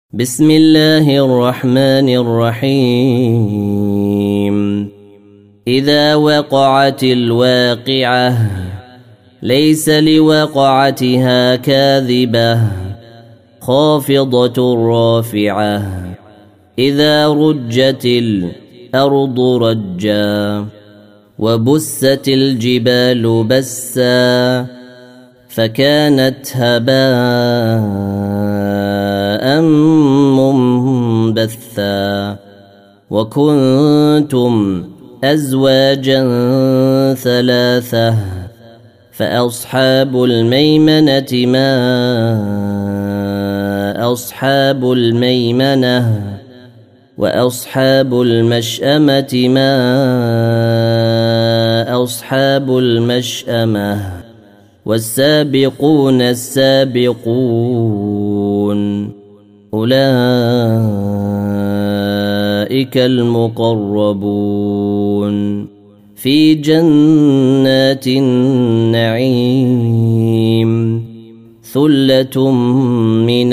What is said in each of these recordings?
بسم الله الرحمن الرحيم. إذا وقعت الواقعة ليس لوقعتها كاذبة خافضة رافعة إذا رجت الأرض رجا وبست الجبال بسا فكانت هباء منبثا وكنتم أزواجا ثلاثة فأصحاب الميمنة ما أصحاب الميمنة وأصحاب المشأمة ما أصحاب المشأمة والسابقون السابقون أولئك المقربون في جنات النعيم ثلة من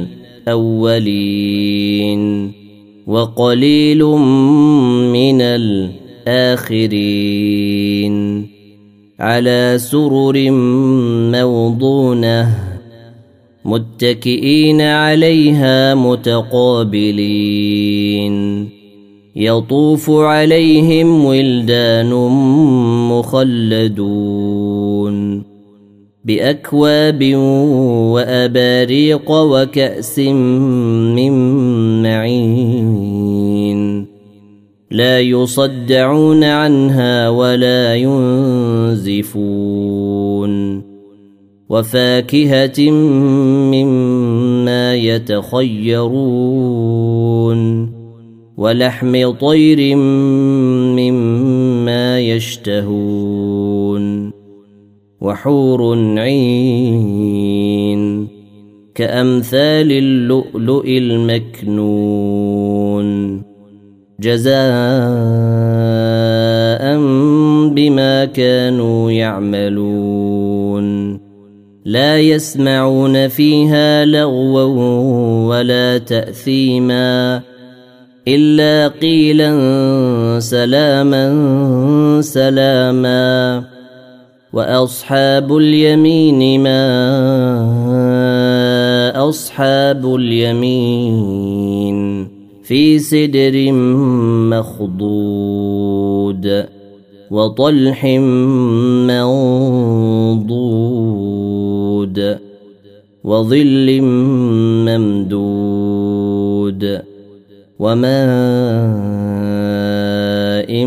الأولين وقليل من الآخرين على سرر موضونة متكئين عليها متقابلين يطوف عليهم ولدان مخلدون بأكواب وأباريق وكأس من معين لا يصدعون عنها ولا ينزفون وفاكهة مما يتخيرون ولحم طير مما يشتهون وحور عين كأمثال اللؤلؤ المكنون جزاء بما كانوا يعملون لا يسمعون فيها لغوا ولا تأثيما إلا قيلا سلاما سلاما وأصحاب اليمين ما أصحاب اليمين في سدر مخضود وطلح منضود وظل ممدود وماء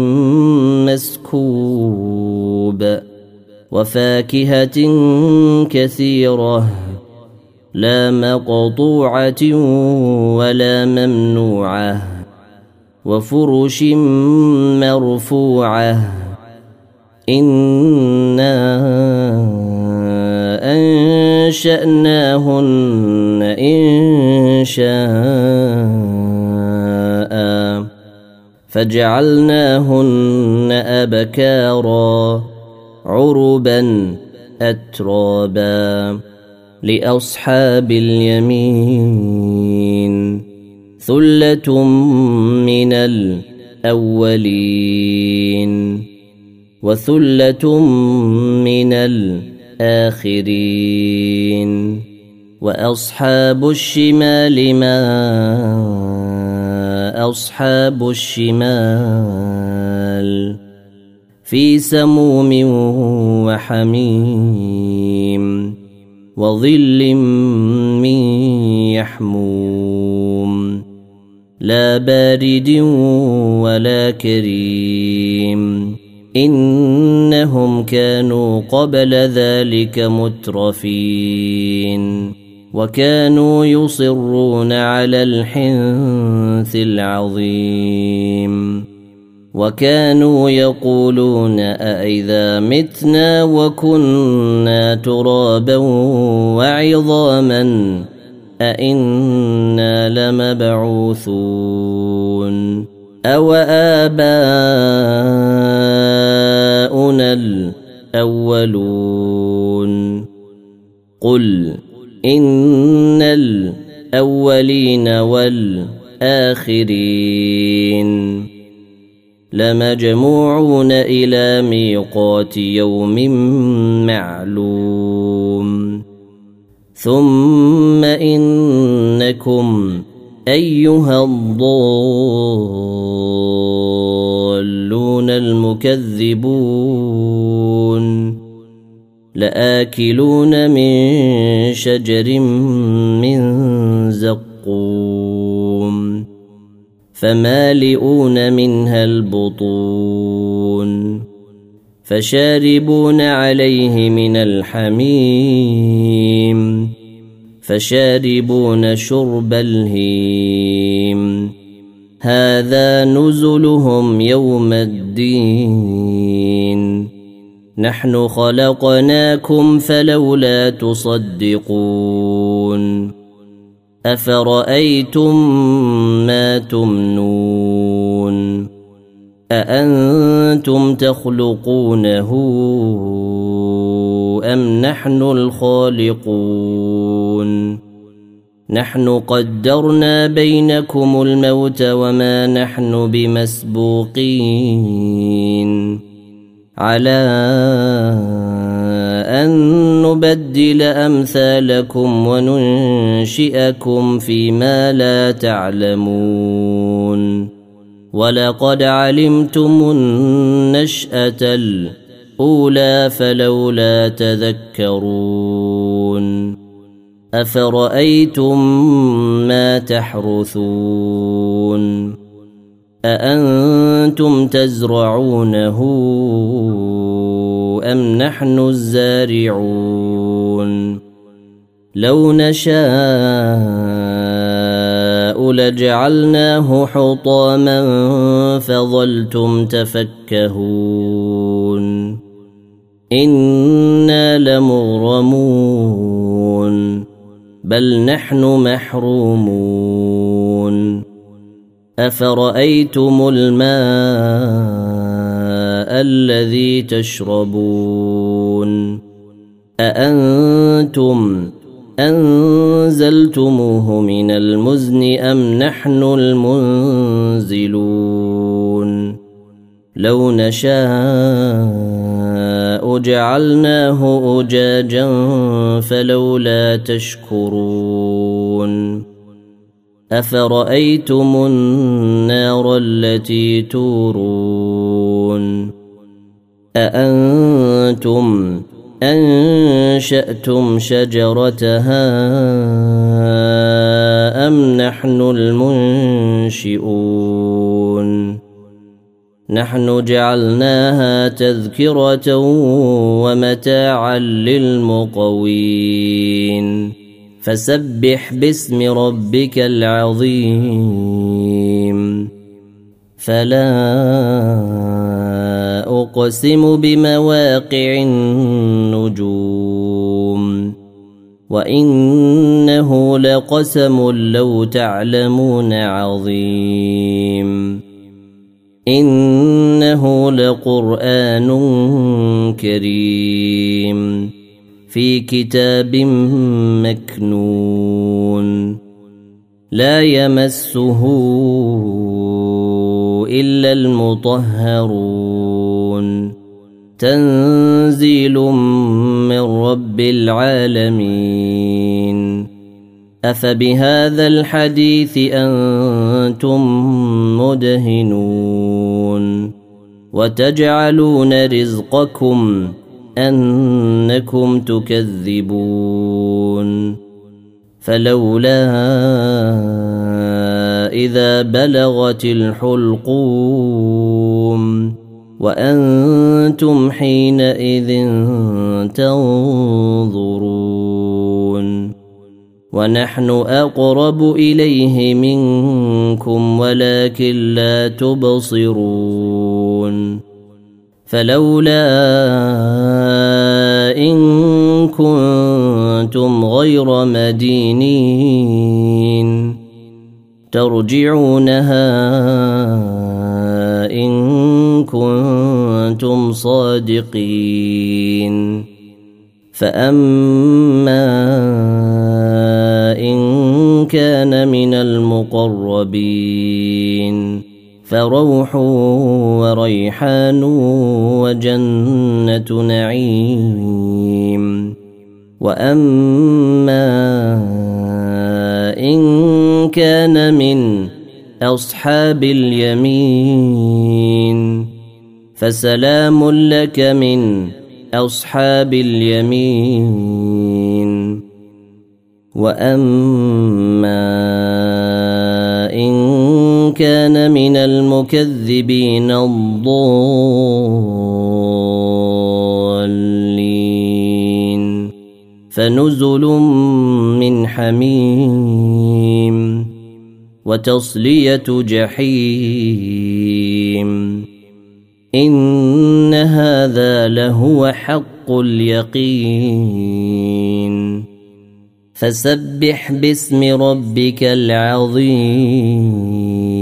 مسكوب وفاكهة كثيرة لا مقطوعة ولا ممنوعة وفرش مرفوعة إنا أنشأناهن إن شاء فجعلناهن أبكارا عربا أترابا لأصحاب اليمين ثلة من الأولين وثلة من الآخرين وأصحاب الشمال ما أصحاب الشمال في سموم وحميم وظل من يحموم لا بارد ولا كريم إنهم كانوا قبل ذلك مترفين وكانوا يصرون على الحنث العظيم وكانوا يقولون أإذا متنا وكنا ترابا وعظاما أإنا لمبعوثون أو آباؤنا الأولون قل إن الأولين والآخرين لمجموعون إلى ميقات يوم معلوم ثم إنكم أيها الضالون المكذبون لآكلون من شجر من زقوم فمالئون منها البطون فشاربون عليه من الحميم فشاربون شرب الهيم هذا نزلهم يوم الدين نحن خلقناكم فلولا تصدقون أفرأيتم ما تمنون أأنتم تخلقونه أم نحن الخالقون نحن قدرنا بينكم الموت وما نحن بمسبوقين على أن نبدل أمثالكم وننشئكم فيما لا تعلمون ولقد علمتم النشأة الأولى فلولا تذكرون أفرأيتم ما تحرثون أأنتم تزرعونه أم نحن الزارعون لو نشاء لجعلناه حطاما فظلتم تفكهون إنا لمغرمون بل نحن محرومون أفرأيتم الماء الذي تشربون أأنتم أنزلتموه من المزن أم نحن المنزلون لو نشاء جعلناه أجاجا فلولا تشكرون أفرأيتم النار التي تورون أأنتم أنشأتم شجرتها أم نحن المنشئون نحن جعلناها تذكرة ومتاعا للمقوين فسبح باسم ربك العظيم فلا أقسم بمواقع النجوم وإنه لقسم لو تعلمون عظيم إنه لقرآن كريم في كتاب مكنون لا يمسه إلا المطهرون تنزيل من رب العالمين أفبهذا الحديث أنتم مدهنون وتجعلون رزقكم أنكم تكذبون فلولا إذا بلغت الحلقوم وأنتم حينئذ تنظرون ونحن أقرب إليه منكم ولكن لا تبصرون فلولا إن كنتم غير مدينين ترجعونها إن كنتم صادقين فأما إن كان من المقربين فروح وريحان وجنة نعيم وأما إن كان من أصحاب اليمين فسلام لك من أصحاب اليمين وأما إن كان من المكذبين الضالين فنزل من حميم وتصلية جحيم إن هذا لهو حق اليقين فسبح باسم ربك العظيم